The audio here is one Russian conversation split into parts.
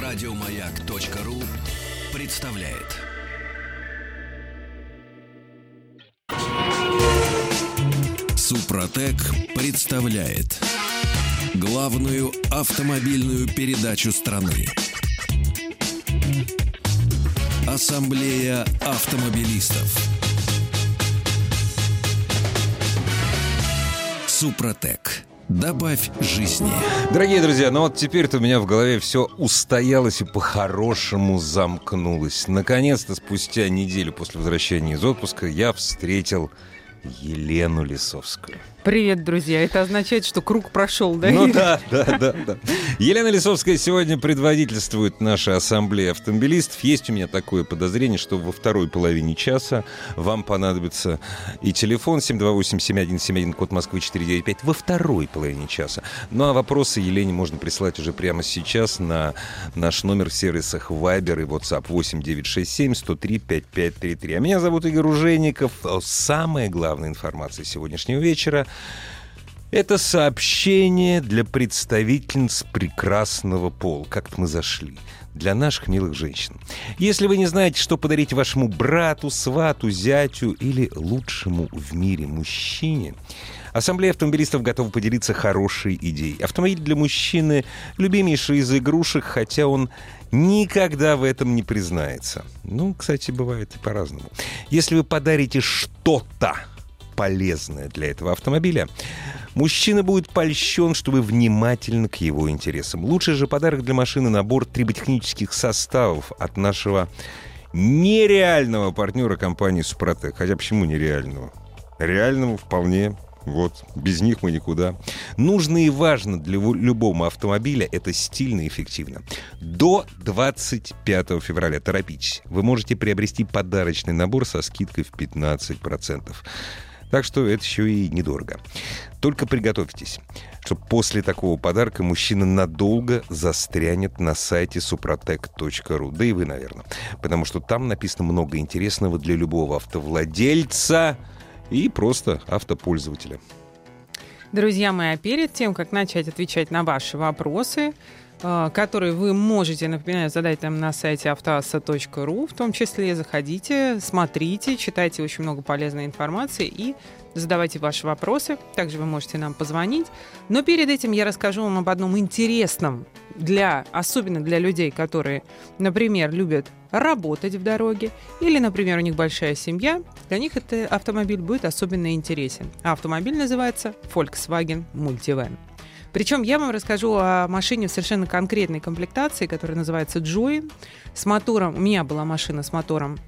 Радиомаяк.ру представляет. Супротек представляет главную автомобильную передачу страны. Ассамблея автомобилистов. Супротек. Добавь жизни. Дорогие друзья, ну вот теперь-то у меня в голове все устоялось и по-хорошему замкнулось. Наконец-то, спустя неделю после возвращения из отпуска, я встретил Елену Лисовскую. Привет, друзья. Это означает, что круг прошел, да? Ну да. Елена Лисовская сегодня предводительствует нашей ассамблее автомобилистов. Есть у меня такое подозрение, что во второй половине часа вам понадобится и телефон 728-7171, код Москвы 495, во второй половине часа. Ну а вопросы Елене можно присылать уже прямо сейчас на наш номер в сервисах Viber и WhatsApp 8967-103-5533. А меня зовут Игорь Ужеников. Самая главная информация сегодняшнего вечера — это сообщение для представительниц прекрасного пола. Как-то мы зашли. Для наших милых женщин. Если вы не знаете, что подарить вашему брату, свату, зятю или лучшему в мире мужчине, Ассамблея автомобилистов готова поделиться хорошей идеей. Автомобиль для мужчины — любимейший из игрушек, хотя он никогда в этом не признается. Ну, кстати, бывает и по-разному. Если вы подарите что-то полезное для этого автомобиля, мужчина будет польщен, что вы внимательны к его интересам. Лучший же подарок для машины — набор триботехнических составов от нашего нереального партнера компании «Супротек». Хотя почему нереального? Реального вполне. Вот, без них мы никуда. Нужно и важно для любого автомобиля — это стильно и эффективно. До 25 февраля, торопитесь, вы можете приобрести подарочный набор со скидкой в 15%. Так что это еще и недорого. Только приготовьтесь, что после такого подарка мужчина надолго застрянет на сайте suprotec.ru. Да и вы, наверное. Потому что там написано много интересного для любого автовладельца и просто автопользователя. Друзья мои, а перед тем, как начать отвечать на ваши вопросы, которые вы можете, например, задать нам на сайте автоаса.ру, в том числе заходите, смотрите, читайте очень много полезной информации и задавайте ваши вопросы. Также вы можете нам позвонить. Но перед этим я расскажу вам об одном интересном, особенно для людей, которые, например, любят работать в дороге, или, например, у них большая семья, для них этот автомобиль будет особенно интересен. А автомобиль называется Volkswagen Multivan. Причем я вам расскажу о машине в совершенно конкретной комплектации, которая называется Joy, с мотором. У меня была машина с мотором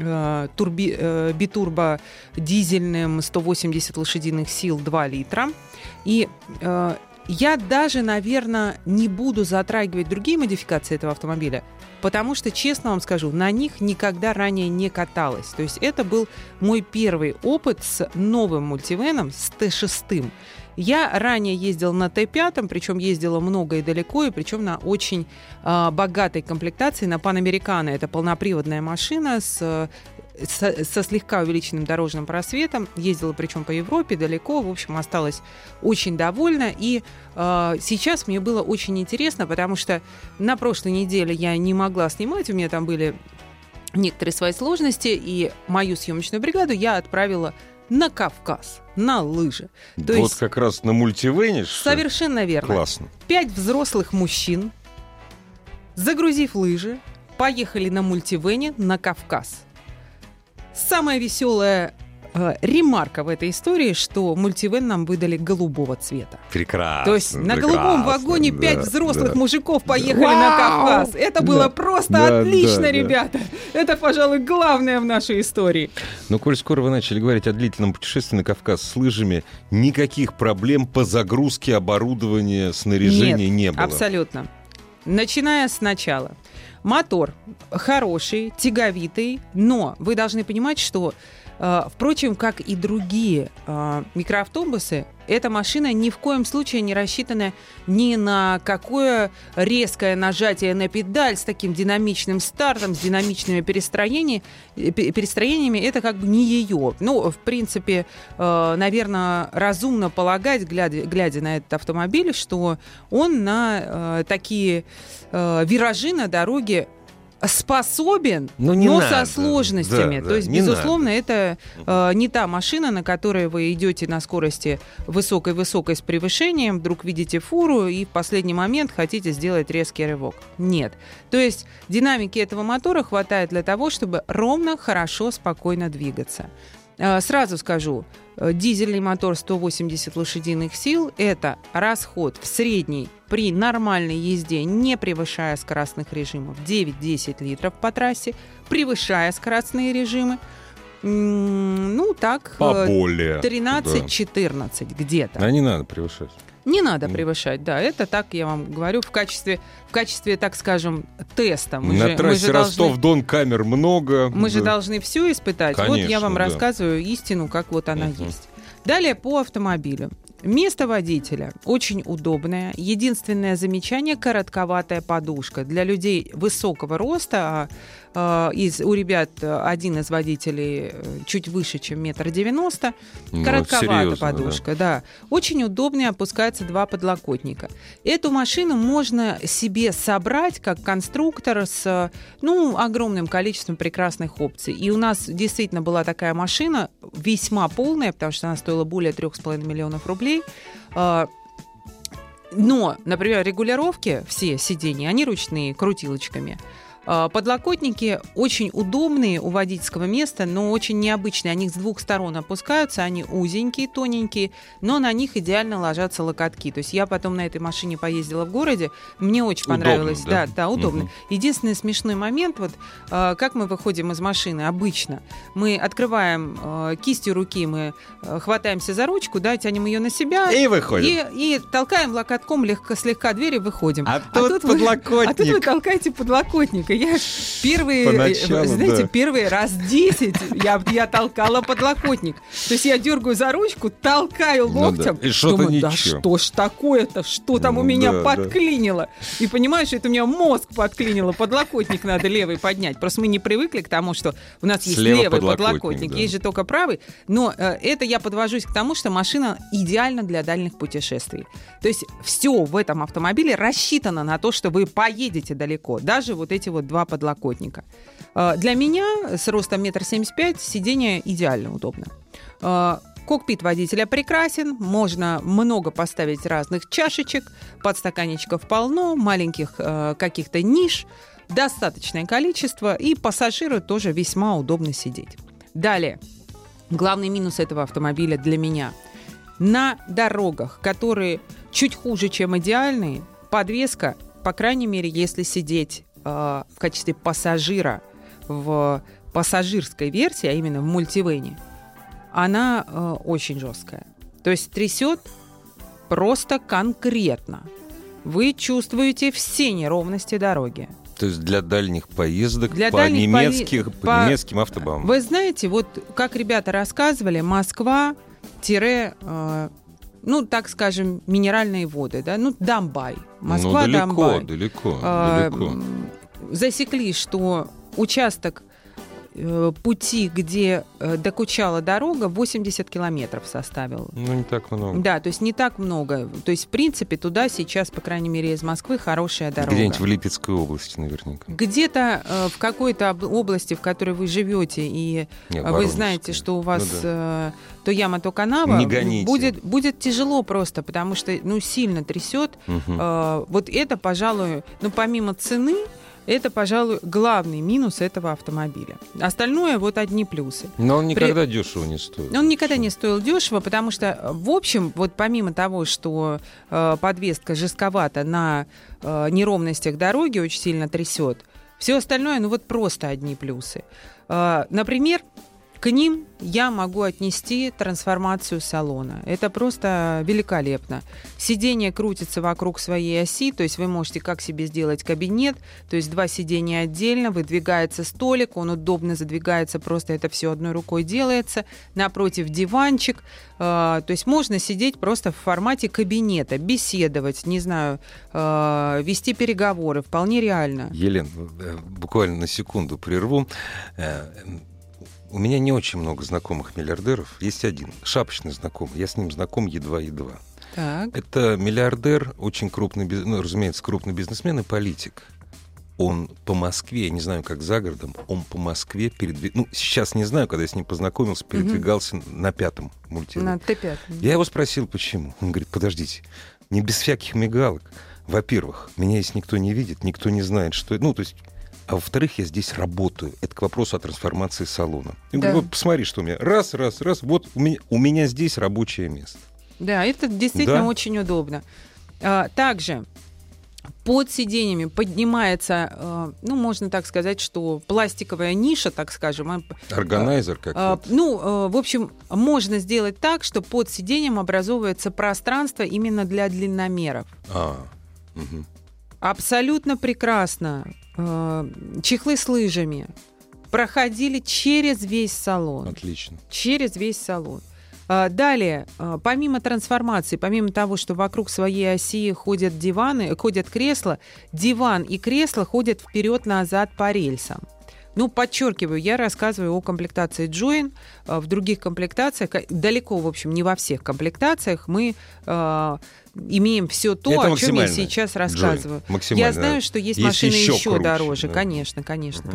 битурбо дизельным, 180 лошадиных сил, 2 литра. И я даже, наверное, не буду затрагивать другие модификации этого автомобиля, потому что, честно вам скажу, на них никогда ранее не каталась. То есть это был мой первый опыт с новым мультивеном, с Т6. Я ранее ездила на Т5, причем ездила много и далеко, и причем на очень богатой комплектации, на Панамерикано. Это полноприводная машина со слегка увеличенным дорожным просветом. Ездила причем по Европе, далеко. В общем, осталась очень довольна. И сейчас мне было очень интересно, потому что на прошлой неделе я не могла снимать. У меня там были некоторые свои сложности. И мою съемочную бригаду я отправила на Кавказ, на лыжи. То есть как раз на мультивене? Совершенно верно. Классно. 5 взрослых мужчин, загрузив лыжи, поехали на мультивене на Кавказ. Самая веселая ремарка в этой истории, что мультивен нам выдали голубого цвета. Прекрасно. То есть на голубом вагоне 5 взрослых мужиков поехали на Кавказ. Это было просто отлично, ребята. Это, пожалуй, главное в нашей истории. Но коль скоро вы начали говорить о длительном путешествии на Кавказ с лыжами, никаких проблем по загрузке оборудования, снаряжения не было. Абсолютно. Начиная сначала. Мотор хороший, тяговитый, но вы должны понимать, что Впрочем, как и другие микроавтобусы, эта машина ни в коем случае не рассчитана ни на какое резкое нажатие на педаль с таким динамичным стартом, с динамичными перестроениями. Это как бы не ее. Ну, в принципе, наверное, разумно полагать, глядя на этот автомобиль, что он на такие виражи на дороге способен, но со сложностями. Да, то есть, безусловно, это не та машина, на которой вы идете на скорости высокой-высокой с превышением, вдруг видите фуру и в последний момент хотите сделать резкий рывок. Нет. То есть динамики этого мотора хватает для того, чтобы ровно, хорошо, спокойно двигаться. Сразу скажу, дизельный мотор 180 лошадиных сил – это расход в средней при нормальной езде, не превышая скоростных режимов, 9-10 литров по трассе, превышая скоростные режимы, ну так, поболее, 13-14 где-то. А не надо превышать. Не надо превышать, да. Это так, я вам говорю, в качестве, так скажем, теста. На трассе Ростов-Дон камер много. Мы же должны все испытать. Конечно, вот я вам рассказываю истину, как вот она есть. Далее по автомобилю. Место водителя очень удобное. Единственное замечание – коротковатая подушка. Для людей высокого роста, у ребят один из водителей чуть выше, чем 1,90 м, коротковата подушка. Да. Очень удобно, опускаются два подлокотника. Эту машину можно себе собрать как конструктор с огромным количеством прекрасных опций. И у нас действительно была такая машина, весьма полная, потому что она стоила более 3,5 миллионов рублей. Но, например, регулировки, все сиденья, они ручные, крутилочками. Подлокотники очень удобные у водительского места, но очень необычные. Они с двух сторон опускаются, они узенькие, тоненькие, но на них идеально ложатся локотки. То есть я потом на этой машине поездила в городе, мне очень понравилось. Удобно, да, удобно. Единственный смешной момент, как мы выходим из машины обычно, мы открываем кистью руки, мы хватаемся за ручку, тянем ее на себя и выходим. И толкаем локотком слегка дверь и выходим. А тут подлокотник. А тут вы толкаете подлокотник. Я первые раз 10 я толкала подлокотник. То есть я дергаю за ручку, толкаю локтем. И что-то думаю, что ж такое-то, что там у меня подклинило. И понимаешь, это у меня мозг подклинило, подлокотник надо левый поднять. Просто мы не привыкли к тому, что у нас есть левый подлокотник, есть же только правый. Но это я подвожусь к тому, что машина идеальна для дальних путешествий. То есть все в этом автомобиле рассчитано на то, что вы поедете далеко. Даже вот эти два подлокотника. Для меня с ростом 1,75 м сиденье идеально удобно. Кокпит водителя прекрасен, можно много поставить разных чашечек, подстаканничков полно, маленьких каких-то ниш, достаточное количество, и пассажиру тоже весьма удобно сидеть. Далее, главный минус этого автомобиля для меня. На дорогах, которые чуть хуже, чем идеальные, подвеска, по крайней мере, если сидеть в качестве пассажира в пассажирской версии, а именно в мультивэне, она очень жесткая. То есть трясет просто конкретно. Вы чувствуете все неровности дороги. То есть для дальних поездок по немецким автобанам. Вы знаете, вот как ребята рассказывали, Москва так скажем, минеральные воды, Домбай. Москва, далеко. Засекли, что участок пути, где докучала дорога, 80 километров составил. Не так много. Да, то есть не так много. То есть, в принципе, туда сейчас, по крайней мере, из Москвы хорошая дорога. Где-нибудь в Липецкой области наверняка. Где-то в какой-то области, в которой вы живете, и вы знаете, что у вас то яма, то канава, будет тяжело просто, потому что сильно трясет. Вот это, пожалуй, помимо цены, это, пожалуй, главный минус этого автомобиля. Остальное одни плюсы. Но он никогда дешево не стоил. Он никогда не стоил дешево, потому что, в общем, помимо того, что подвеска жестковата на неровностях дороги, очень сильно трясет, все остальное, просто одни плюсы. Например, К ним я могу отнести трансформацию салона. Это просто великолепно. Сиденье крутится вокруг своей оси, то есть вы можете как себе сделать кабинет, то есть 2 сиденья отдельно, выдвигается столик, он удобно задвигается, просто это все одной рукой делается, напротив диванчик, то есть можно сидеть просто в формате кабинета, беседовать, не знаю, вести переговоры, вполне реально. Елена, буквально на секунду прерву. У меня не очень много знакомых миллиардеров. Есть один, шапочный знакомый. Я с ним знаком едва-едва. Так. Это миллиардер, очень крупный, разумеется, крупный бизнесмен и политик. Он по Москве, я не знаю, как за городом, он по Москве сейчас не знаю, когда я с ним познакомился, передвигался на 5-м мультире. На Т5. Я его спросил, почему. Он говорит, подождите, не без всяких мигалок. Во-первых, меня здесь никто не видит, никто не знает, что... А во-вторых, я здесь работаю. Это к вопросу о трансформации салона. Я говорю, вот посмотри, что у меня. Раз. Вот у меня здесь рабочее место. Да, это действительно очень удобно. Также под сиденьями поднимается, можно так сказать, что пластиковая ниша, так скажем. Органайзер как-то. В общем, можно сделать так, что под сиденьем образовывается пространство именно для длинномеров. Угу. Абсолютно прекрасно. Чехлы с лыжами проходили через весь салон. Отлично. Через весь салон. Далее, помимо трансформации, помимо того, что вокруг своей оси ходят кресла, диван и кресло ходят вперед-назад по рельсам. Подчеркиваю, я рассказываю о комплектации Join. В других комплектациях, далеко, в общем, не во всех комплектациях, мы имеем все то, о чем я сейчас рассказываю. Я знаю, что есть машины еще дороже. Да. Конечно.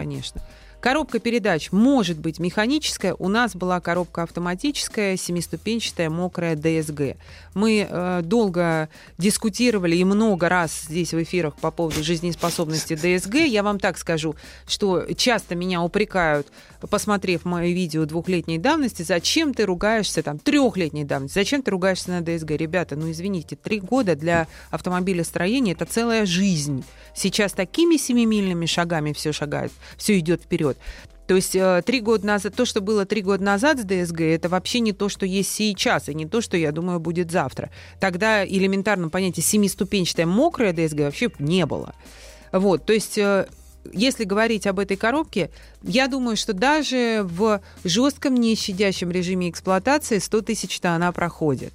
Коробка передач может быть механическая. У нас была коробка автоматическая, 7-ступенчатая, мокрая DSG. Мы долго дискутировали и много раз здесь в эфирах по поводу жизнеспособности DSG. Я вам так скажу, что часто меня упрекают, посмотрев мои видео 2-летней давности, зачем ты ругаешься, 3-летней давности, зачем ты ругаешься на DSG? Ребята, извините, 3 года для автомобилестроения — это целая жизнь. Сейчас такими семимильными шагами все шагает, все идет вперед. То есть 3 года назад, то, что было 3 года назад с DSG, это вообще не то, что есть сейчас, и не то, что, я думаю, будет завтра. Тогда элементарно понятие 7-ступенчатая мокрая DSG вообще не было. То есть если говорить об этой коробке, я думаю, что даже в жестком нещадящем режиме эксплуатации 100 тысяч-то она проходит.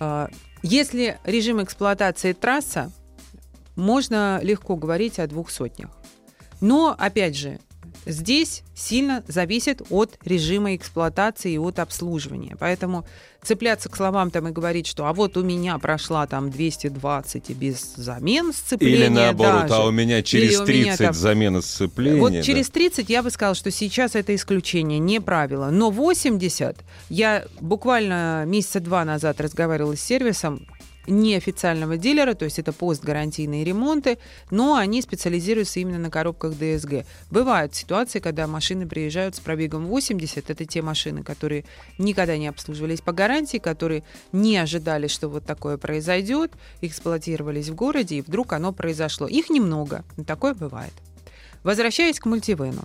Если режим эксплуатации трасса, можно легко говорить о 200. Но, опять же, здесь сильно зависит от режима эксплуатации и от обслуживания. Поэтому цепляться к словам и говорить, что вот у меня прошла 220 и без замен сцепления. Или наоборот, даже, у меня через 30 замена сцепления. Через 30 я бы сказала, что сейчас это исключение, не правило. Но 80, я буквально месяца 2 назад разговаривала с сервисом неофициального дилера, то есть это постгарантийные ремонты, но они специализируются именно на коробках DSG. Бывают ситуации, когда машины приезжают с пробегом 80, это те машины, которые никогда не обслуживались по гарантии, которые не ожидали, что вот такое произойдет, эксплуатировались в городе, и вдруг оно произошло. Их немного, но такое бывает. Возвращаясь к мультивену.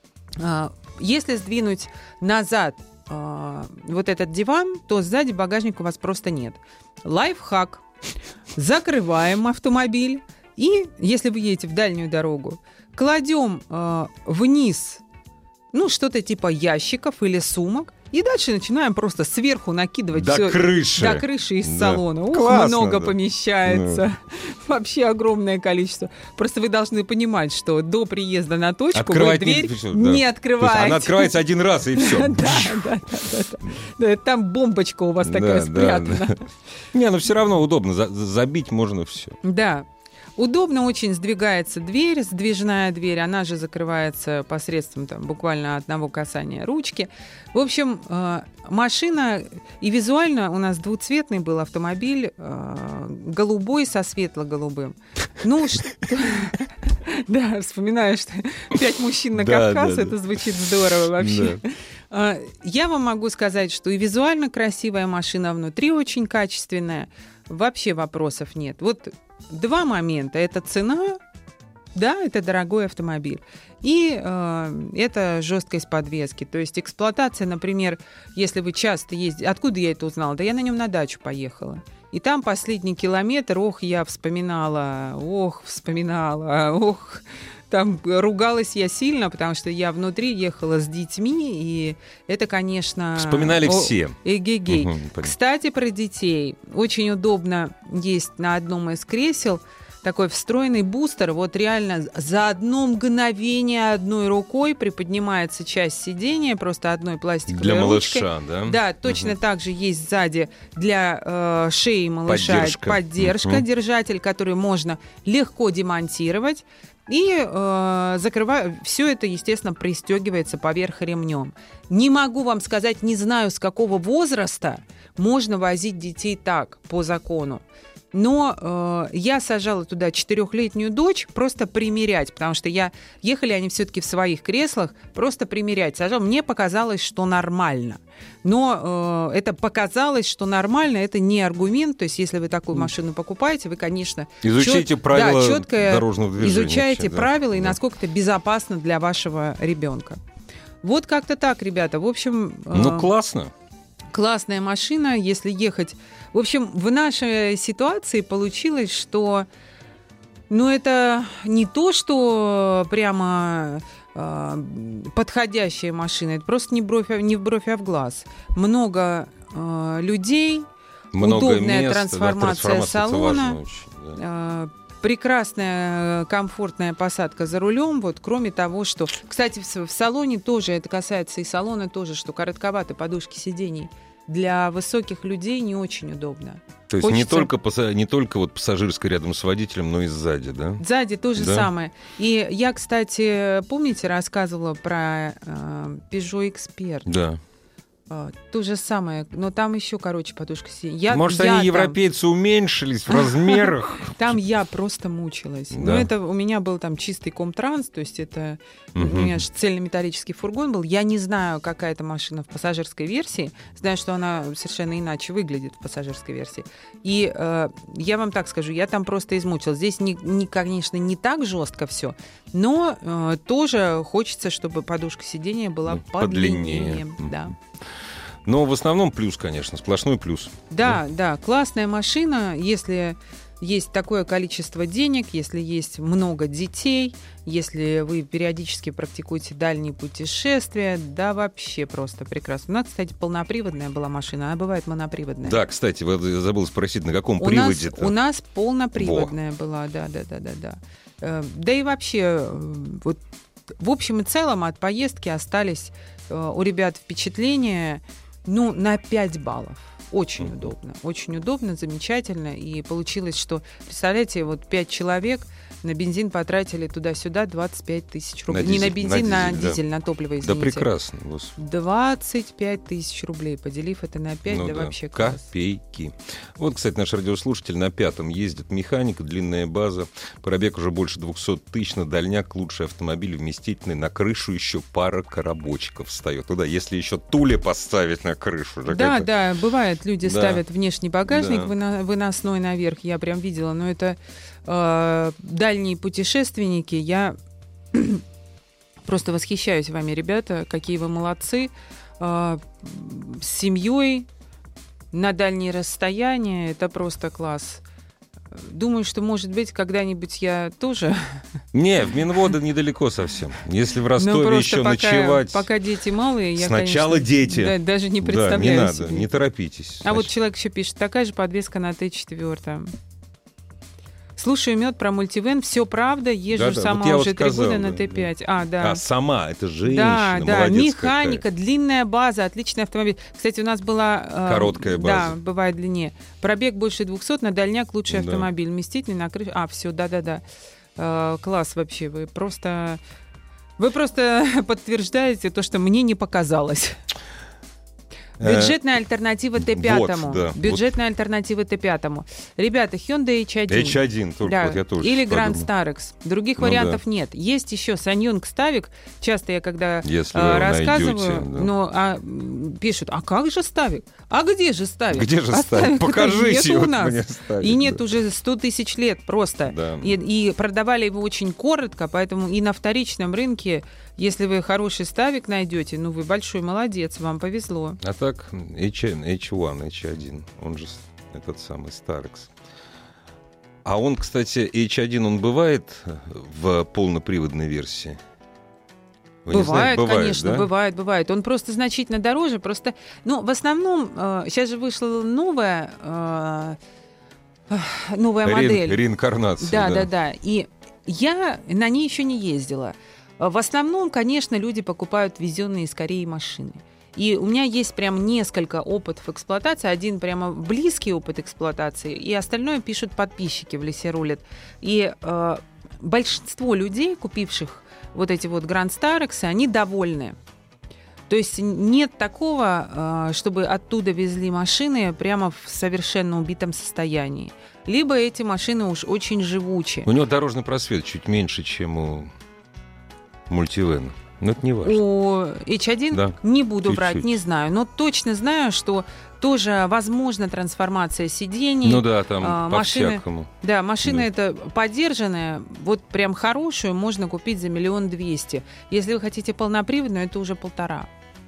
Если сдвинуть назад вот этот диван, то сзади багажника у вас просто нет. Лайфхак. Закрываем автомобиль и, если вы едете в дальнюю дорогу, кладем вниз что-то типа ящиков или сумок, и дальше начинаем просто сверху накидывать до все крыши. До крыши из салона. Классно, много помещается. Вообще огромное количество. Просто вы должны понимать, что до приезда на точку вы дверь не открываете. Она открывается один раз, и все. Да, там бомбочка у вас такая спрятана. Не, все равно удобно. Забить можно все. Да. Удобно очень сдвигается дверь, сдвижная дверь, она же закрывается посредством буквально одного касания ручки. В общем, машина, и визуально у нас двуцветный был автомобиль, голубой со светло-голубым. Да, вспоминаю, что 5 мужчин на Кавказ, это звучит здорово вообще. Я вам могу сказать, что и визуально красивая машина внутри очень качественная, вообще вопросов нет. Вот 2 момента. Это цена Да, это дорогой автомобиль. И это жесткость подвески. То есть эксплуатация, например, если вы часто ездите... Откуда я это узнала? Да я на нем на дачу поехала. И там последний километр, я вспоминала. Там ругалась я сильно, потому что я внутри ехала с детьми, и это, конечно... Вспоминали все. Эгегей. Кстати, про детей. Очень удобно есть на одном из кресел такой встроенный бустер. Вот реально за одно мгновение одной рукой приподнимается часть сидения, просто одной пластиковой для ручкой. малыша, да? Да, точно так же есть сзади для шеи малыша поддержка, держатель, который можно легко демонтировать. И все это, естественно, пристегивается поверх ремнем. Не могу вам сказать, не знаю, с какого возраста можно возить детей так по закону. Но я сажала туда 4-летнюю дочь просто примерять, потому что ехали они все-таки в своих креслах, просто примерять. Сажала. Мне показалось, что нормально. Но это показалось, что нормально, это не аргумент. То есть если вы такую машину покупаете, вы, конечно... Изучите правила дорожного движения. Изучаете правила и насколько это безопасно для вашего ребенка. Вот как-то так, ребята. В общем... классно. Классная машина, если ехать... В общем, в нашей ситуации получилось, что... это не то, что прямо подходящая машина. Это просто не в бровь, а в глаз. Много людей, удобная места, трансформация салона, очень, прекрасная, комфортная посадка за рулем. Вот, кроме того, что... Кстати, в салоне тоже, это касается и салона тоже, что коротковаты подушки сидений. Для высоких людей не очень удобно. То есть не только вот пассажирская рядом с водителем, но и сзади, да? Сзади то же самое. И я, кстати, помните, рассказывала про Peugeot Expert? Да. То же самое, но там еще, подушка сиденья. Может, они, европейцы, уменьшились в размерах? Там я просто мучилась. Но это у меня был там чистый Комтранс, то есть это у меня же цельнометаллический фургон был. Я не знаю, какая это машина в пассажирской версии. Знаю, что она совершенно иначе выглядит в пассажирской версии. И я вам так скажу, я там просто измучилась. Здесь, конечно, не так жестко все, но тоже хочется, чтобы подушка сиденья была подлиннее. Да. Но в основном плюс, конечно, сплошной плюс. Да, классная машина, если есть такое количество денег, если есть много детей, если вы периодически практикуете дальние путешествия, да, вообще просто прекрасно. У нас, кстати, полноприводная была машина, она бывает моноприводная. Да, кстати, я забыл спросить, на каком приводе-то? У нас полноприводная была, да. Да и вообще, вот, в общем и целом от поездки остались у ребят впечатления, на 5 баллов. Очень удобно, замечательно. И получилось, что, представляете, вот 5 человек на бензин потратили туда-сюда 25 тысяч рублей. Не на бензин, на дизель, на топливо, извините. Да прекрасно. 25 тысяч рублей, поделив это на 5, вообще класс. Копейки. Вот, кстати, наш радиослушатель на 5-м ездит механик, длинная база, пробег уже больше 200 тысяч, на дальняк, лучший автомобиль, вместительный, на крышу еще пара коробочков встает. Если еще Туле поставить на крышу. Да, бывает. Люди ставят внешний багажник выносной наверх, я прям видела, но это дальние путешественники, я просто восхищаюсь вами, ребята, какие вы молодцы, с семьей на дальние расстояния, это просто класс. Думаю, что, может быть, когда-нибудь я тоже... Не, в Минвода недалеко совсем. Если в Ростове еще ночевать... Пока дети малые, я, сначала конечно, дети. Даже не представляю не надо, себе. Не торопитесь. Вот человек еще пишет, такая же подвеска на Т4. Слушаю мед про мультивэн, все правда, езжу сама уже 3 года на Т5. Сама, это женщина, молодец механика, какая. Длинная база, отличный автомобиль. Кстати, у нас была... короткая база. Да, бывает длиннее. Пробег больше 200, на дальняк лучший автомобиль, вместительный на крыше. Все, да. Класс вообще, вы просто подтверждаете то, что мне не показалось. Бюджетная альтернатива Т5. Вот, да. Бюджетная альтернатива Т5. Ребята, Hyundai H1. H1, только Да. вот я тоже Или Grand подумал. Starex. Других Ну вариантов нет. Есть еще Sanyong Ставик. Часто я когда Если вы его рассказываю, найдете, да. пишут, а как же Ставик? А где же Ставик? Где же А Ставик? Ставика-то Покажите нет вот у нас. мне Ставик, И нет да. уже 100 тысяч лет просто. Да. И продавали его очень коротко, поэтому и на вторичном рынке, если вы хороший Ставик найдете, ну вы большой молодец, вам повезло. А так, H1, он же этот самый Starex. А он, кстати, H1, он бывает в полноприводной версии? Вы не Бывает, знаете? конечно, да? бывает. Он просто значительно дороже. Просто, в основном, сейчас же вышла новая модель. Реинкарнация. Да. И я на ней еще не ездила. В основном, конечно, люди покупают везенные из Кореи машины. И у меня есть прям несколько опытов эксплуатации. Один прямо близкий опыт эксплуатации, и остальное пишут подписчики в Лесе рулит. И большинство людей, купивших вот эти вот Grand Starex, они довольны. То есть нет такого, чтобы оттуда везли машины прямо в совершенно убитом состоянии. Либо эти машины уж очень живучие. У него дорожный просвет чуть меньше, чем у мультивена. Но это не важно. У H1 Да. не буду Чуть-чуть. брать, не знаю. Но точно знаю, что тоже возможна трансформация сидений. Ну да, там машины, по-всякому. Да, машина Да. эта подержанная, вот прям хорошую можно купить за 1 200 000. Если вы хотите полноприводную, это уже 1,5.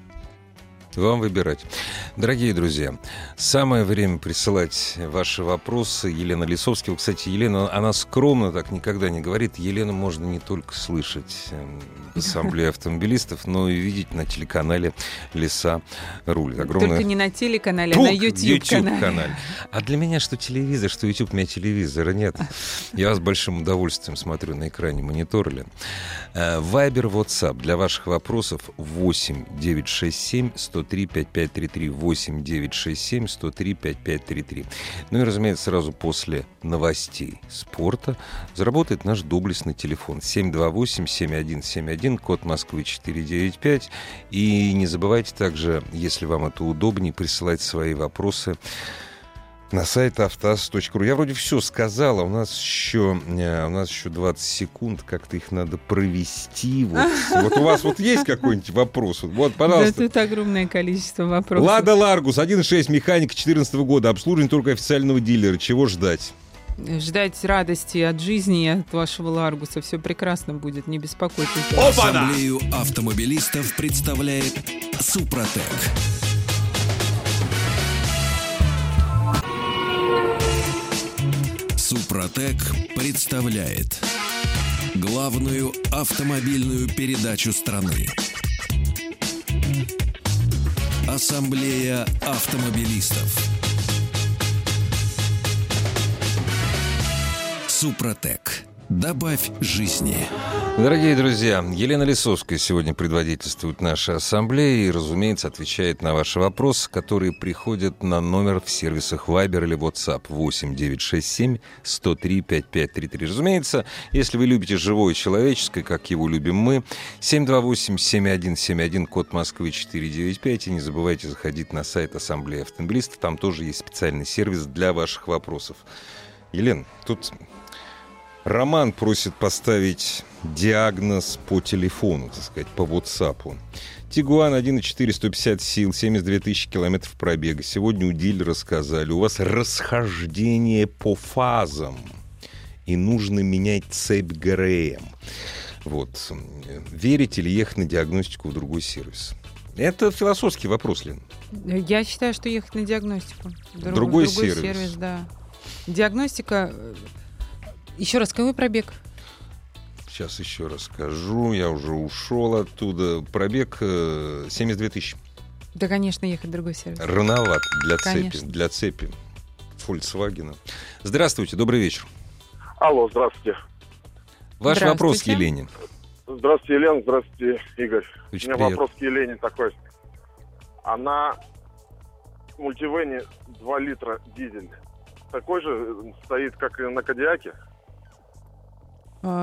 Вам выбирать. Дорогие друзья, самое время присылать ваши вопросы. Елена Лисовская. Кстати, Елена, она скромно так никогда не говорит. Елену можно не только слышать в Ассамблее автомобилистов, но и видеть на телеканале «Леса рулит». Только не на телеканале, а на YouTube-канале. А для меня что телевизор, что YouTube, у меня телевизора нет. Я вас с большим удовольствием смотрю на экране монитора. Вайбер, WhatsApp для ваших вопросов 8 967 103 5533, 8 967 103 5533. Ну и, разумеется, сразу после новостей спорта заработает наш доблестный телефон 728-7171, код Москвы 495. И не забывайте также, если вам это удобнее, присылать свои вопросы на сайт автоаз.ру. Я вроде все сказал, а у нас еще 20 секунд, как-то их надо провести. Вот у вас вот есть какой-нибудь вопрос? Вот, пожалуйста. Да, тут огромное количество вопросов. Лада Ларгус, 1.6, механика 2014 года, обслуживание только официального дилера. Чего ждать? Ждать радости от жизни и от вашего Ларгуса. Все прекрасно будет, не беспокойтесь. Ассамблею автомобилистов представляет Супротек. Супротек представляет главную автомобильную передачу страны. Ассамблея автомобилистов. Супротек. Добавь жизни. Дорогие друзья, Елена Лисовская сегодня предводительствует нашей ассамблеи и, разумеется, отвечает на ваши вопросы, которые приходят на номер в сервисах Viber или WhatsApp 8 967 103 5533. Разумеется, если вы любите живое человеческое, как его любим мы, 728-7171, код Москвы 495. И не забывайте заходить на сайт Ассамблеи автомобилистов, там тоже есть специальный сервис для ваших вопросов. Елена, тут Роман просит поставить диагноз по телефону, так сказать, по WhatsApp. Тигуан 1.4, 150 сил, 72 тысячи километров пробега. Сегодня у дилера сказали, у вас расхождение по фазам, и нужно менять цепь ГРМ. Вот. Верите ли ехать на диагностику в другой сервис? Это философский вопрос, Лен. Я считаю, что ехать на диагностику. Другой сервис. Да. Диагностика... Еще раз, какой пробег? Сейчас еще расскажу. Я уже ушел оттуда. Пробег 72 тысячи. Да, конечно, ехать в другой сервис. Рановато для Конечно. цепи. Для цепи Volkswagen. Здравствуйте, добрый вечер. Алло, здравствуйте. Ваш Здравствуйте. вопрос к Елене. Здравствуйте, Елена, здравствуйте, Игорь. Очень У меня приятно. вопрос к Елене такой. Она в мультивене 2 литра дизель. Такой же стоит, как и на Кодиаке?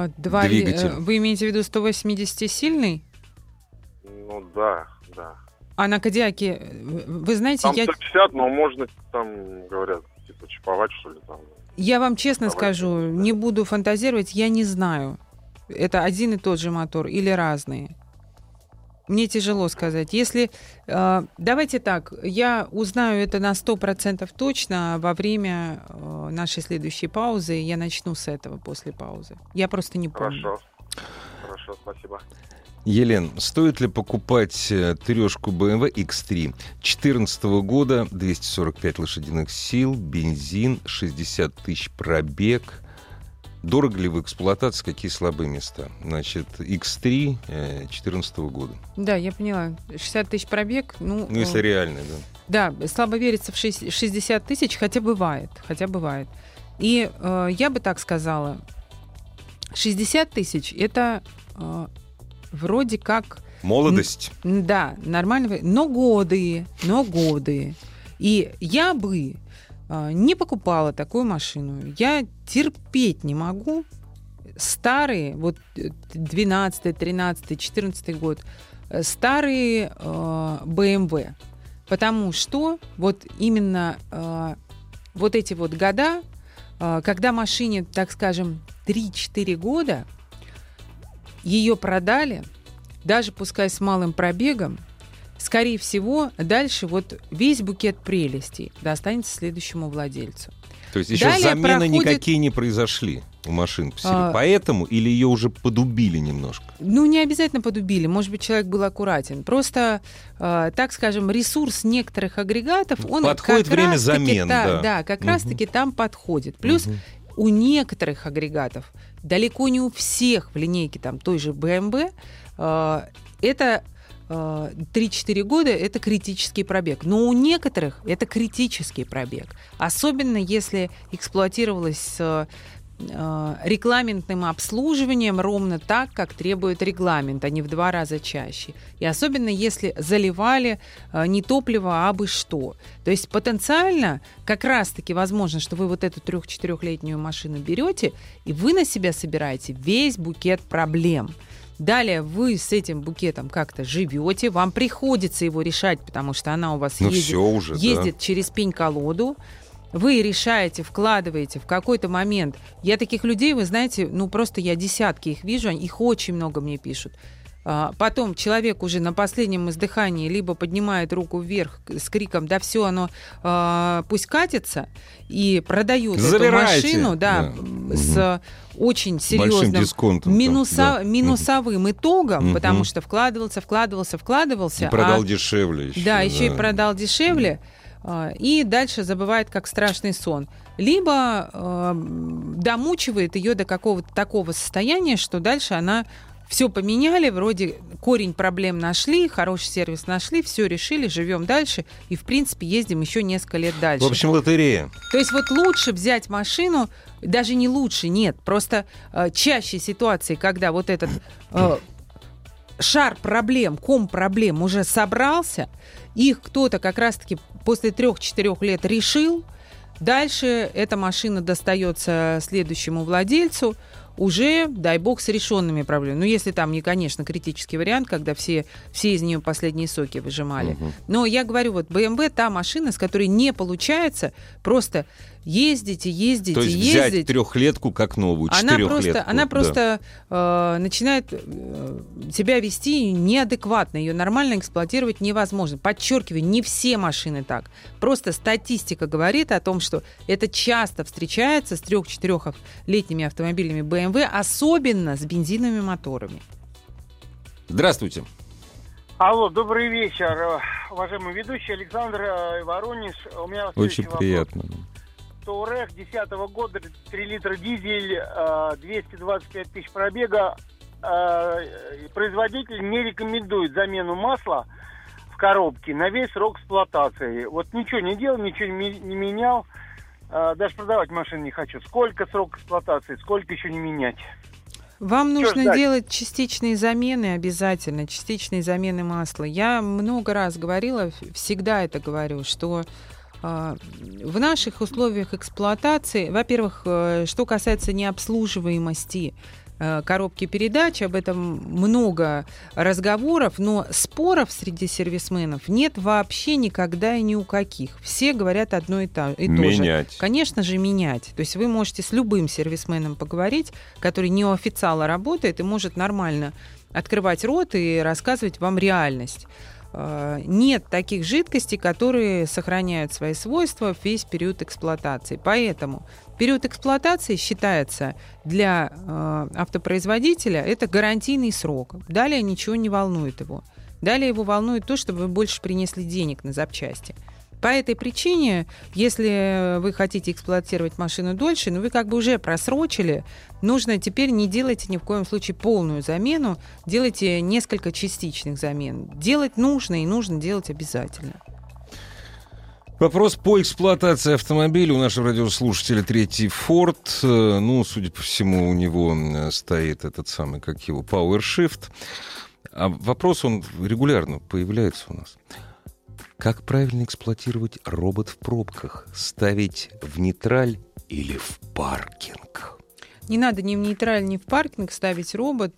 Двигатель. Вы имеете в виду 180-сильный? Ну да. А на Кодиаке, вы знаете, Там 150, но можно, там, говорят, типа, чиповать, что ли, там. Я вам честно Давайте, скажу, да. не буду фантазировать, я не знаю, это один и тот же мотор или разные. Мне тяжело сказать. Если, давайте так, я узнаю это на 100% точно во время нашей следующей паузы. Я начну с этого после паузы. Я просто не помню. Хорошо, спасибо. Елен, стоит ли покупать трешку BMW X3 2014 года, 245 лошадиных сил, бензин, 60 тысяч пробег? Дорого ли в эксплуатации, какие слабые места? Значит, X3 2014 года. Да, я поняла. 60 тысяч пробег. Ну, если реально, да. Да, слабо верится в 60 тысяч, хотя бывает. И я бы так сказала, 60 тысяч — это вроде как... Молодость. Да, нормально. Но годы. И я бы не покупала такую машину. Я терпеть не могу старые, вот 12, 13, 14 год, старые BMW. Потому что вот именно вот эти вот года, когда машине, так скажем, 3-4 года, ее продали, даже пускай с малым пробегом, скорее всего, дальше вот весь букет прелестей достанется следующему владельцу. То есть еще Далее замены никакие не произошли у машин. Поэтому или ее уже подубили немножко? Ну, не обязательно подубили. Может быть, человек был аккуратен. Просто, так скажем, ресурс некоторых агрегатов, он подходит время замен. Да, как раз-таки там подходит. Плюс у некоторых агрегатов, далеко не у всех в линейке там, той же BMW, это 3-4 года — это критический пробег. Но у некоторых это критический пробег. Особенно если эксплуатировалось с регламентным обслуживанием ровно так, как требует регламент, а не в 2 раза чаще. И особенно если заливали не топливо, а абы что. То есть потенциально как раз-таки возможно, что вы вот эту 3-4-летнюю машину берете, и вы на себя собираете весь букет проблем. Далее вы с этим букетом как-то живете, вам приходится его решать, потому что она у вас ездит через пень-колоду. Вы решаете, вкладываете в какой-то момент. Я таких людей, вы знаете, просто я десятки их вижу, их очень много мне пишут. Потом человек уже на последнем издыхании либо поднимает руку вверх с криком «да все, оно пусть катится», и продает эту машину с очень серьезным минусовым итогом, потому что вкладывался. И продал дешевле еще. Да, еще и продал дешевле. И дальше забывает, как страшный сон. Либо домучивает ее до какого-то такого состояния, что дальше она все поменяли, вроде корень проблем нашли, хороший сервис нашли, все решили, живем дальше и, в принципе, ездим еще несколько лет дальше. В общем, лотерея. То есть вот лучше взять машину, даже не лучше, нет, просто чаще ситуации, когда вот этот шар проблем, ком проблем уже собрался, их кто-то как раз-таки после 3-4 лет решил, дальше эта машина достается следующему владельцу, уже, дай бог, с решенными проблемами. Ну, если там не, конечно, критический вариант, когда все из нее последние соки выжимали. Но я говорю, вот BMW та машина, с которой не получается просто ездить. То есть взять 3-летку как новую, 4-летку. Она просто начинает себя вести неадекватно. Ее нормально эксплуатировать невозможно. Подчеркиваю, не все машины так. Просто статистика говорит о том, что это часто встречается с 3-4-летними автомобилями BMW, особенно с бензиновыми моторами. Здравствуйте. Алло, добрый вечер, уважаемый ведущий Александр Воронеж. У меня очень приятно. Touareg 2010 года, 3 литра дизель, 225 тысяч пробега. Производитель не рекомендует замену масла в коробке на весь срок эксплуатации. Вот ничего не делал, ничего не менял. Даже продавать машину не хочу. Сколько срок эксплуатации, сколько еще не менять? Вам нужно делать частичные замены обязательно, частичные замены масла. Я много раз говорила, всегда это говорю, что в наших условиях эксплуатации, во-первых, что касается необслуживаемости, коробки передач, об этом много разговоров, но споров среди сервисменов нет вообще никогда и ни у каких. Все говорят одно и то же. Менять. Конечно же, менять. То есть вы можете с любым сервисменом поговорить, который не у официала работает и может нормально открывать рот и рассказывать вам реальность. Нет таких жидкостей, которые сохраняют свои свойства весь период эксплуатации. Поэтому период эксплуатации считается для автопроизводителя это гарантийный срок. Далее ничего не волнует его. Далее его волнует то, чтобы вы больше принесли денег на запчасти. По этой причине, если вы хотите эксплуатировать машину дольше, но вы как бы уже просрочили, нужно теперь не делайте ни в коем случае полную замену, делайте несколько частичных замен. Делать нужно и нужно делать обязательно. Вопрос по эксплуатации автомобиля. У нашего радиослушателя третий Ford. Ну, судя по всему, у него стоит этот самый, как его, PowerShift. А вопрос, он регулярно появляется у нас. Как правильно эксплуатировать робот в пробках? Ставить в нейтраль или в паркинг? Не надо ни в нейтраль, ни в паркинг ставить робот.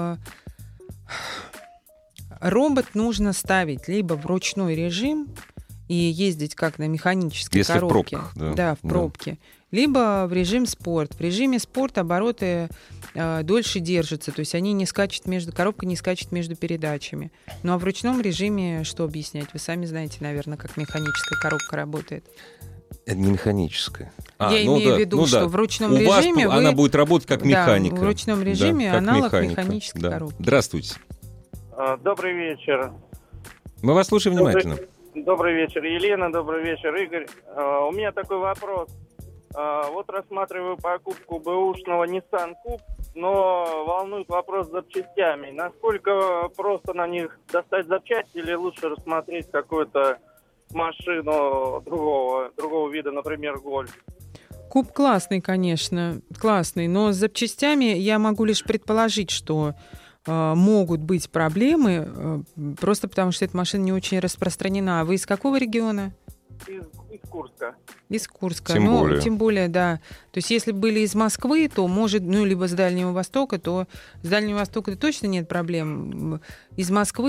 Робот нужно ставить либо в ручной режим и ездить как на механической если коробке. В пробках, да, в пробке. Либо в режим спорт. В режиме спорт обороты дольше держатся, то есть они не скачут коробка не скачет между передачами. Ну а в ручном режиме что объяснять? Вы сами знаете, наверное, как механическая коробка работает. Это не механическая. Я имею в виду, что в ручном режиме она будет работать как механика. Да, в ручном режиме аналог механической коробки. Здравствуйте. Добрый вечер. Мы вас слушаем внимательно. Добрый вечер, Елена. Добрый вечер, Игорь. У меня такой вопрос. Вот рассматриваю покупку бэушного Nissan Куб, но волнует вопрос с запчастями. Насколько просто на них достать запчасти или лучше рассмотреть какую-то машину другого вида, например, Гольф? Куб классный, конечно, классный, но с запчастями я могу лишь предположить, что могут быть проблемы, просто потому что эта машина не очень распространена. А вы из какого региона? Из Курска. Из Курска. Тем более, да. То есть, если были из Москвы, то может, либо с Дальнего Востока, то с Дальнего Востока точно нет проблем. Из Москвы,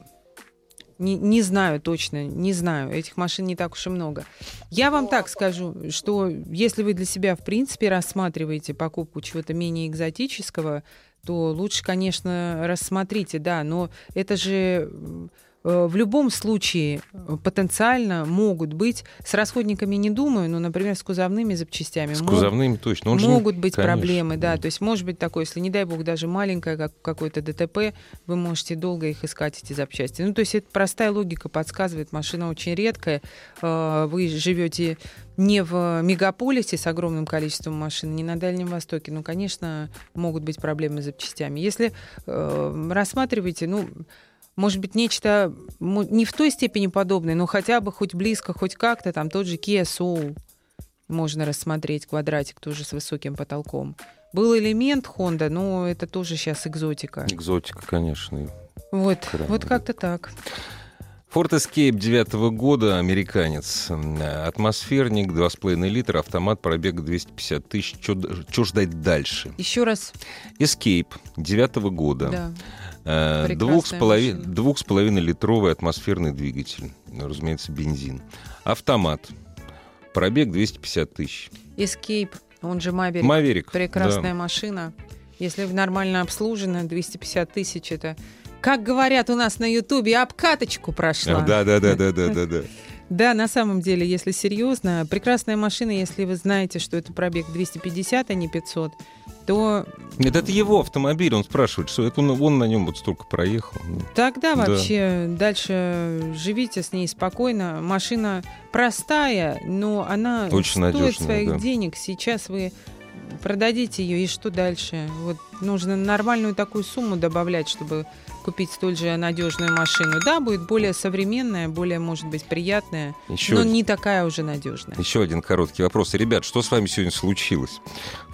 не знаю точно, не знаю. Этих машин не так уж и много. Я вам так скажу, что если вы для себя, в принципе, рассматриваете покупку чего-то менее экзотического, то лучше, конечно, рассмотрите, да, но это же в любом случае потенциально могут быть, с расходниками не думаю, но, например, с кузовными запчастями. С кузовными точно. Могут быть проблемы, да, то есть может быть такое, если, не дай бог, даже маленькое как какое-то ДТП, вы можете долго их искать, эти запчасти. То есть это простая логика подсказывает, машина очень редкая, вы живете не в мегаполисе с огромным количеством машин, не на Дальнем Востоке, конечно, могут быть проблемы с запчастями. Если рассматриваете, может быть, нечто не в той степени подобное, но хотя бы хоть близко, хоть как-то, там тот же Kia Soul можно рассмотреть, квадратик тоже с высоким потолком. Был элемент Honda, но это тоже сейчас экзотика. Экзотика, конечно. Вот как-то так. Ford Escape 9 года, американец, атмосферник, 2,5 литра, автомат, пробег 250 тысяч. Что ждать дальше? Еще раз. Escape 9 года. Да. 2,5-литровый атмосферный двигатель, разумеется, бензин. Автомат, пробег 250 тысяч. Escape, он же Maverick. Maverick, прекрасная машина. Если нормально обслужена, 250 тысяч это... Как говорят у нас на Ютубе, обкаточку прошла. Да. Да, на самом деле, если серьезно, прекрасная машина, если вы знаете, что это пробег 250, а не 500, то... Нет, это его автомобиль, он спрашивает, что это он на нем вот столько проехал. Тогда вообще дальше живите с ней спокойно. Машина простая, но она очень стоит своих денег. Сейчас вы продадите ее, и что дальше? Вот нужно нормальную такую сумму добавлять, чтобы купить столь же надежную машину. Да, будет более современная, более, может быть, приятная, но не такая уже надежная. Еще один короткий вопрос. Ребят, что с вами сегодня случилось?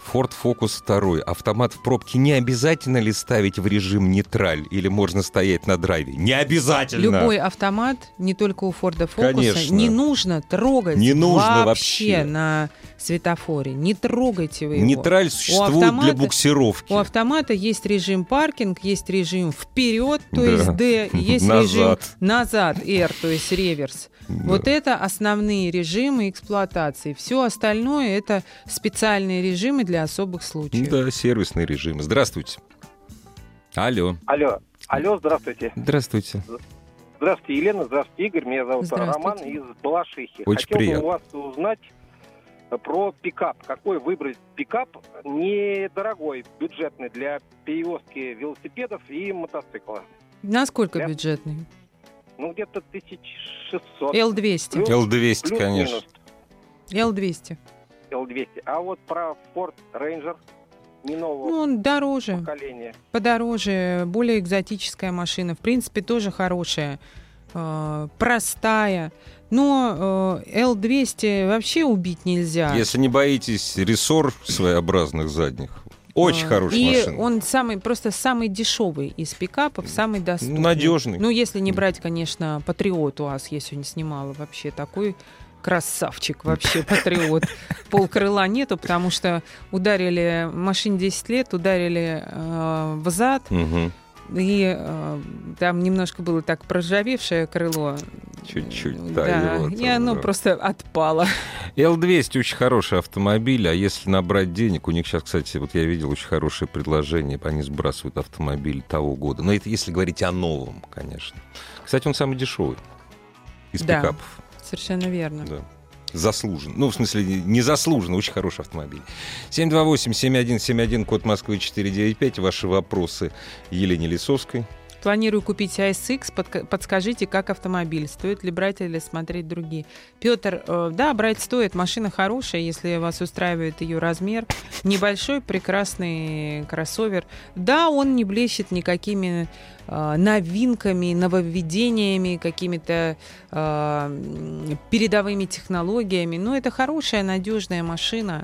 Ford Focus 2. Автомат в пробке не обязательно ли ставить в режим нейтраль? Или можно стоять на драйве? Не обязательно! Любой автомат, не только у Форда Фокуса, Конечно. не нужно трогать Не нужно вообще. на светофоре. Не трогайте вы его. Нейтраль существует для буксировки. У автомата есть режим паркинг, есть режим вперед, то Да. есть D, и есть Назад. режим назад, R, то есть реверс. Да. Вот это основные режимы эксплуатации. Все остальное — это специальные режимы для особых случаев. Да, сервисный режим. Здравствуйте. Алло. Алло, здравствуйте. Здравствуйте. Здравствуйте, Елена, здравствуйте, Игорь. Меня зовут Здравствуйте. Роман из Балашихи. Очень Хотел приятно. бы у вас узнать про пикап. Какой выбрать пикап недорогой, бюджетный для перевозки велосипедов и мотоцикла? Насколько Да. бюджетный? Ну, где-то 1600. L200. L200, конечно. L200. L200. А вот про Ford Ranger не нового Ну, он дороже. поколения. Подороже, более экзотическая машина. В принципе, тоже хорошая, простая. Но L200 вообще убить нельзя. Если не боитесь рессор своеобразных задних, очень хорошая И машина. он просто самый дешевый из пикапов, самый доступный. Надежный. Ну, если не брать, конечно, Патриот УАЗ, я сегодня снимала вообще такой красавчик вообще, Патриот. Полкрыла нету, потому что ударили, машине 10 лет, ударили в зад, Мгм. и там немножко было так проржавевшее крыло. Чуть-чуть, Да, да, и оно просто отпало. L200 очень хороший автомобиль, а если набрать денег, у них сейчас, кстати, вот я видел очень хорошее предложение, они сбрасывают автомобиль того года. Но это если говорить о новом, конечно. Кстати, он самый дешевый из Да. пикапов. Совершенно верно. Да. Заслужен. Ну, в смысле, не заслуженно, очень хороший автомобиль. 728-7171, код Москвы 495. Ваши вопросы Елене Лисовской. Планирую купить ASX. Подскажите, как автомобиль? Стоит ли брать или смотреть другие? Петр, да, брать стоит. Машина хорошая, если вас устраивает ее размер. Небольшой, прекрасный кроссовер. Да, он не блещет никакими новинками, нововведениями, какими-то передовыми технологиями. Но это хорошая, надежная машина.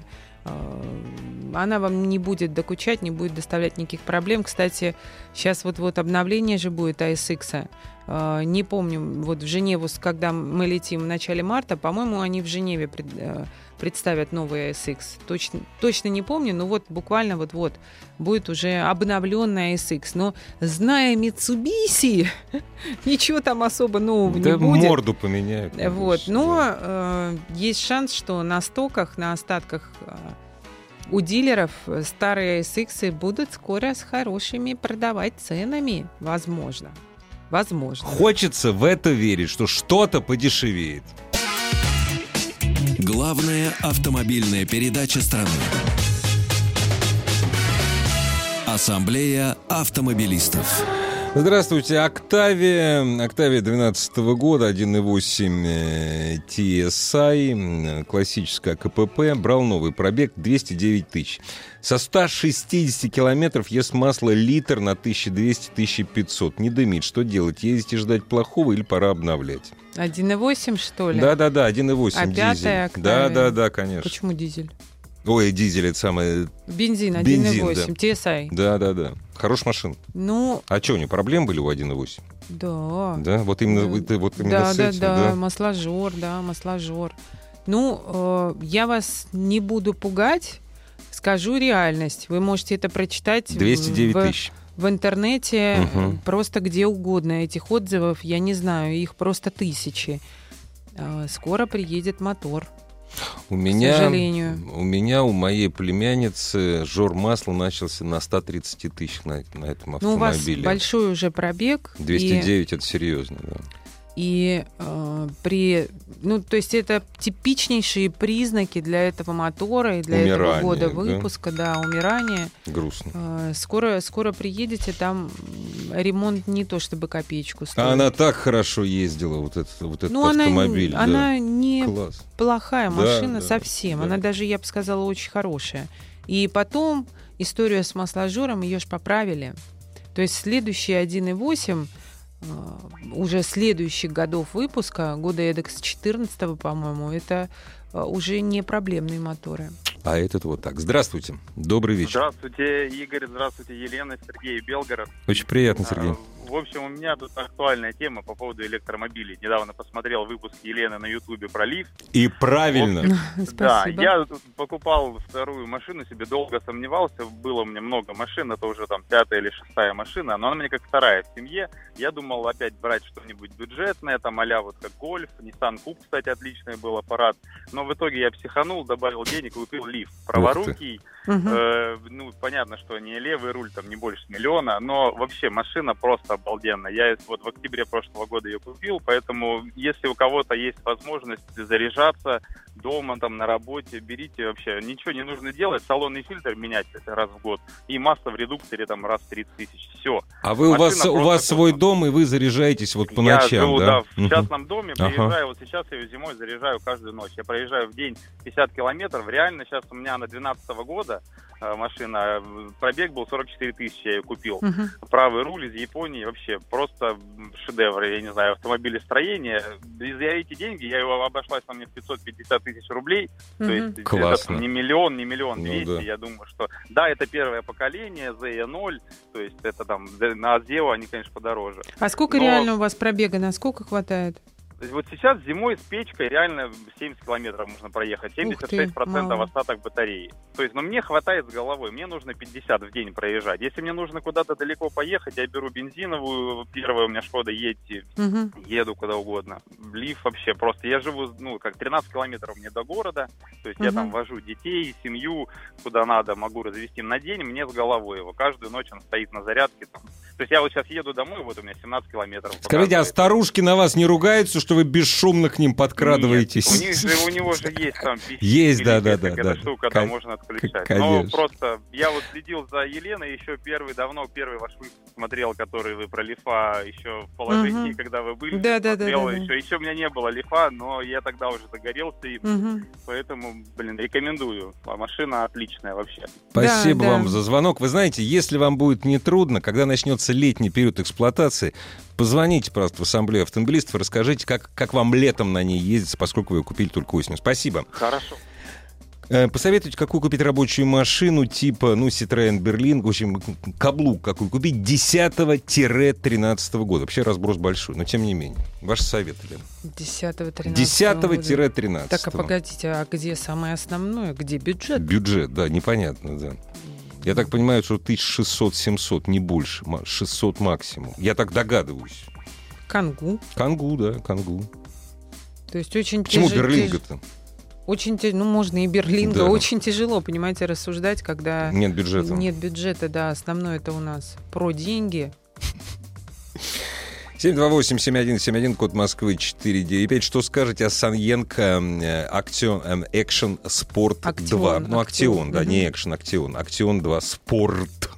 Она вам не будет докучать, не будет доставлять никаких проблем. Кстати, сейчас вот обновление же будет ASX. Не помню, вот в Женеву, когда мы летим в начале марта, по-моему, они в Женеве представят новый ASX. Точно не помню, но вот буквально вот будет уже обновленный ASX. Но зная Mitsubishi, ничего там особо нового Да не будет. морду поменяют. Вот. Но есть шанс, что на стоках, на остатках у дилеров старые ASX будут скоро с хорошими продавать ценами. Возможно. Возможно. Хочется в это верить, что что-то подешевеет. Главная автомобильная передача страны. Ассамблея автомобилистов. Здравствуйте, Октавия 2012 года, 1.8 TSI, классическая КПП, брал новый пробег 209 тысяч. Со 160 километров ест масло литр на 1200-1500. Не дымит. Что делать? Ездить и ждать плохого или пора обновлять? 1.8, что ли? Да-да-да, 1.8 А дизель. пятая Октавия? Да-да-да, конечно. Почему дизель? Ой, дизель это самое... Бензин 1.8, Бензин, да. TSI. Да-да-да. Хорошая машина. Ну, А что, у него проблем были у 1.8? да. Да? Вот именно, вот именно Да, с да, этим? да, масложор. Ну, я вас не буду пугать, скажу реальность. Вы можете это прочитать 209 тысяч. в интернете, Мгм. просто где угодно. Этих отзывов, я не знаю, их просто тысячи. Скоро приедет мотор. У меня, сожалению. у моей племянницы жор масла начался на 130 тысяч на этом Ну, у вас автомобиле. большой уже пробег. 209 это серьезно, да. И то есть это типичнейшие признаки для этого мотора и для этого Умирание, года да? выпуска, да, умирание. Грустно. Скоро приедете, там ремонт не то чтобы копеечку стоит. А она так хорошо ездила, вот этот Ну, автомобиль. да. она не Класс. плохая Да, машина да, совсем. да. Она даже, я бы сказала, очень хорошая. И потом историю с масложором, ее ж поправили. То есть следующий 1.8, уже следующих годов выпуска, года эдак с 14-го, по-моему, это уже не проблемные моторы. А этот вот так. Здравствуйте. Добрый вечер. Здравствуйте, Игорь. Здравствуйте, Елена, Сергей, Белгород. Очень приятно, Сергей. В общем, у меня тут актуальная тема по поводу электромобилей. Недавно посмотрел выпуск Елены на Ютубе про лифт. И правильно. Да, я покупал вторую машину себе, долго сомневался. Было у меня много машин, это уже там 5-я или 6-я машина, но она мне как вторая в семье. Я думал опять брать что-нибудь бюджетное, там а-ля вот как Гольф, Nissan Куб, кстати, отличный был аппарат. Но в итоге я психанул, добавил денег и купил лифт. Праворукий. Ну, понятно, что не левый руль, там не больше миллиона, но вообще машина просто обалденная. Я вот в октябре прошлого года ее купил, поэтому если у кого-то есть возможность заряжаться дома, там, на работе, берите вообще. Ничего не нужно делать, салонный фильтр менять раз в год и масло в редукторе там раз в 30 тысяч. Все. А вы у вас свой дом, и вы заряжаетесь вот по ночам, я живу, да? В частном доме, приезжаю, вот сейчас я ее зимой заряжаю каждую ночь. Я проезжаю в день 50 километров, реально сейчас у меня на 2012 года машина, пробег был 44 тысячи, я ее купил. Правый руль из Японии, вообще просто шедевр, я не знаю, автомобилестроение. За эти деньги я его обошлась на мне в 550 тысяч рублей, то есть классно. Это не миллион 200, да. Я думаю, что да, это первое поколение, ZE0, то есть это там, на Азео они, конечно, подороже. А сколько реально у вас пробега, на сколько хватает? Вот сейчас зимой с печкой реально 70 километров можно проехать, 76% остаток батареи. То есть, мне хватает с головой, мне нужно 50 в день проезжать. Если мне нужно куда-то далеко поехать, я беру бензиновую, первая у меня Шкода Йети, еду куда угодно. Лиф вообще просто, я живу, 13 километров мне до города, то есть я там вожу детей, семью, куда надо, могу развести на день, мне с головой его. Каждую ночь он стоит на зарядке. Там. То есть я вот сейчас еду домой, вот у меня 17 километров. Скажите, а старушки на вас не ругаются, что вы бесшумно к ним подкрадываетесь? Нет, у него же есть там есть, да. Эта штука, там можно отключать. Конечно. Но просто я вот следил за Еленой, еще первый ваш выпуск смотрел, который вы про лифа еще в положении, когда вы были. Да. Еще у меня не было лифа, но я тогда уже загорелся им, поэтому, рекомендую. Машина отличная вообще. Спасибо вам за звонок. Вы знаете, если вам будет нетрудно, когда начнется летний период эксплуатации, позвоните, пожалуйста, в ассамблею автомобилистов и расскажите, как вам летом на ней ездится, поскольку вы ее купили только осенью. Спасибо. Хорошо. Посоветуйте, какую купить рабочую машину типа, Citroёn Berlingo, в общем, каблук какую купить 10-13 года. Вообще разброс большой, но тем не менее. Ваши советы, Лен. 10-13. Так, а погодите, а где самое основное? Где бюджет? Бюджет, да, непонятно, да. Я так понимаю, что 1600-700, не больше, 600 максимум. Я так догадываюсь. Кангу. Кангу. То есть очень Почему Берлинго-то? Очень, можно и Берлинго. Да. Очень тяжело, понимаете, рассуждать, когда... Нет бюджета. Нет бюджета, да. Основное это у нас про деньги. 728-7171, код Москвы 495. Что скажете о Саньенко Action Sport 2? Актион, да, не Action, Актион. Актион 2 Sport.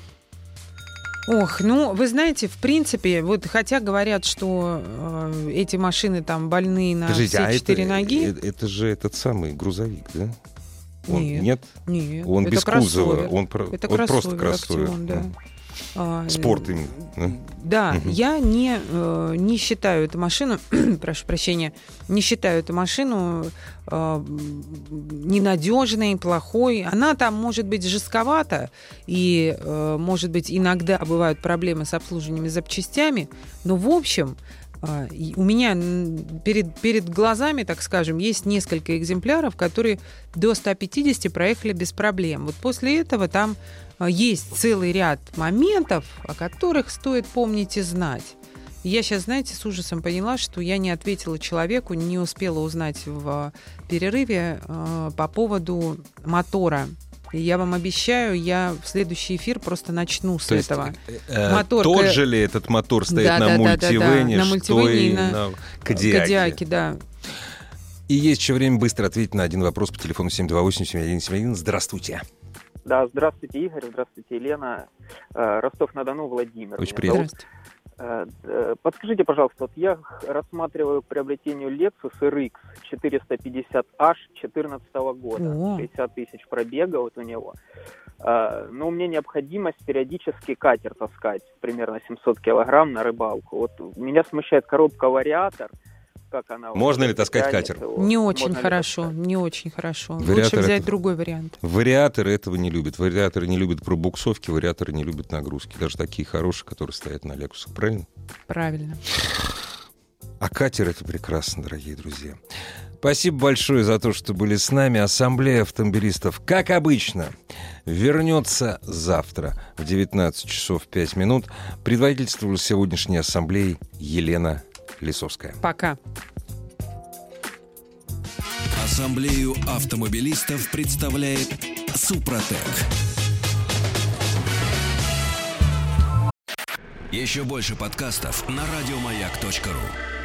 Ох, вы знаете, в принципе, вот хотя говорят, что эти машины там больные на все 4 ноги. Это же этот самый грузовик, да? Нет. Он это без кузова. Он просто кроссовер. Актион, да. Спорт именно. Да, я не считаю эту машину, прошу прощения, не считаю эту машину ненадежной, плохой. Она там может быть жестковата, и, может быть, иногда бывают проблемы с обслуживанием и запчастями, но, в общем, у меня перед глазами, так скажем, есть несколько экземпляров, которые до 150 проехали без проблем. Вот после этого там есть целый ряд моментов, о которых стоит помнить и знать. Я сейчас, знаете, с ужасом поняла, что я не ответила человеку, не успела узнать в перерыве по поводу мотора. И я вам обещаю, я в следующий эфир просто начну с этого. Мотор, тот же ли этот мотор стоит на мультивене, на мультивене и на Кодиаке? Да. И есть еще время быстро ответить на один вопрос по телефону 728-7171. Здравствуйте. Да, здравствуйте, Игорь, здравствуйте, Елена. Ростов-на-Дону, Владимир. Очень приятно. Подскажите, пожалуйста, вот я рассматриваю приобретение Lexus RX 450H 2014 года. 60 тысяч пробега вот у него. Но у меня необходимость периодически катер таскать, примерно 700 килограмм на рыбалку. Вот меня смущает коробка-вариатор. как она... Можно ли таскать тянет катер? его. Не очень Можно ли хорошо, таскать? не очень хорошо. Вариатор Лучше взять это- другой вариант. Вариаторы этого не любят. Вариаторы не любят пробуксовки, вариаторы не любят нагрузки. Даже такие хорошие, которые стоят на Лексусах. Правильно? Правильно. А катер — это прекрасно, дорогие друзья. Спасибо большое за то, что были с нами. Ассамблея автомобилистов, как обычно, вернется завтра в 19 часов 5 минут. Предводительствовала сегодняшней ассамблеей Елена Лисовская. Пока. Ассамблею автомобилистов представляет Супротек. Еще больше подкастов на радиомаяк.ру.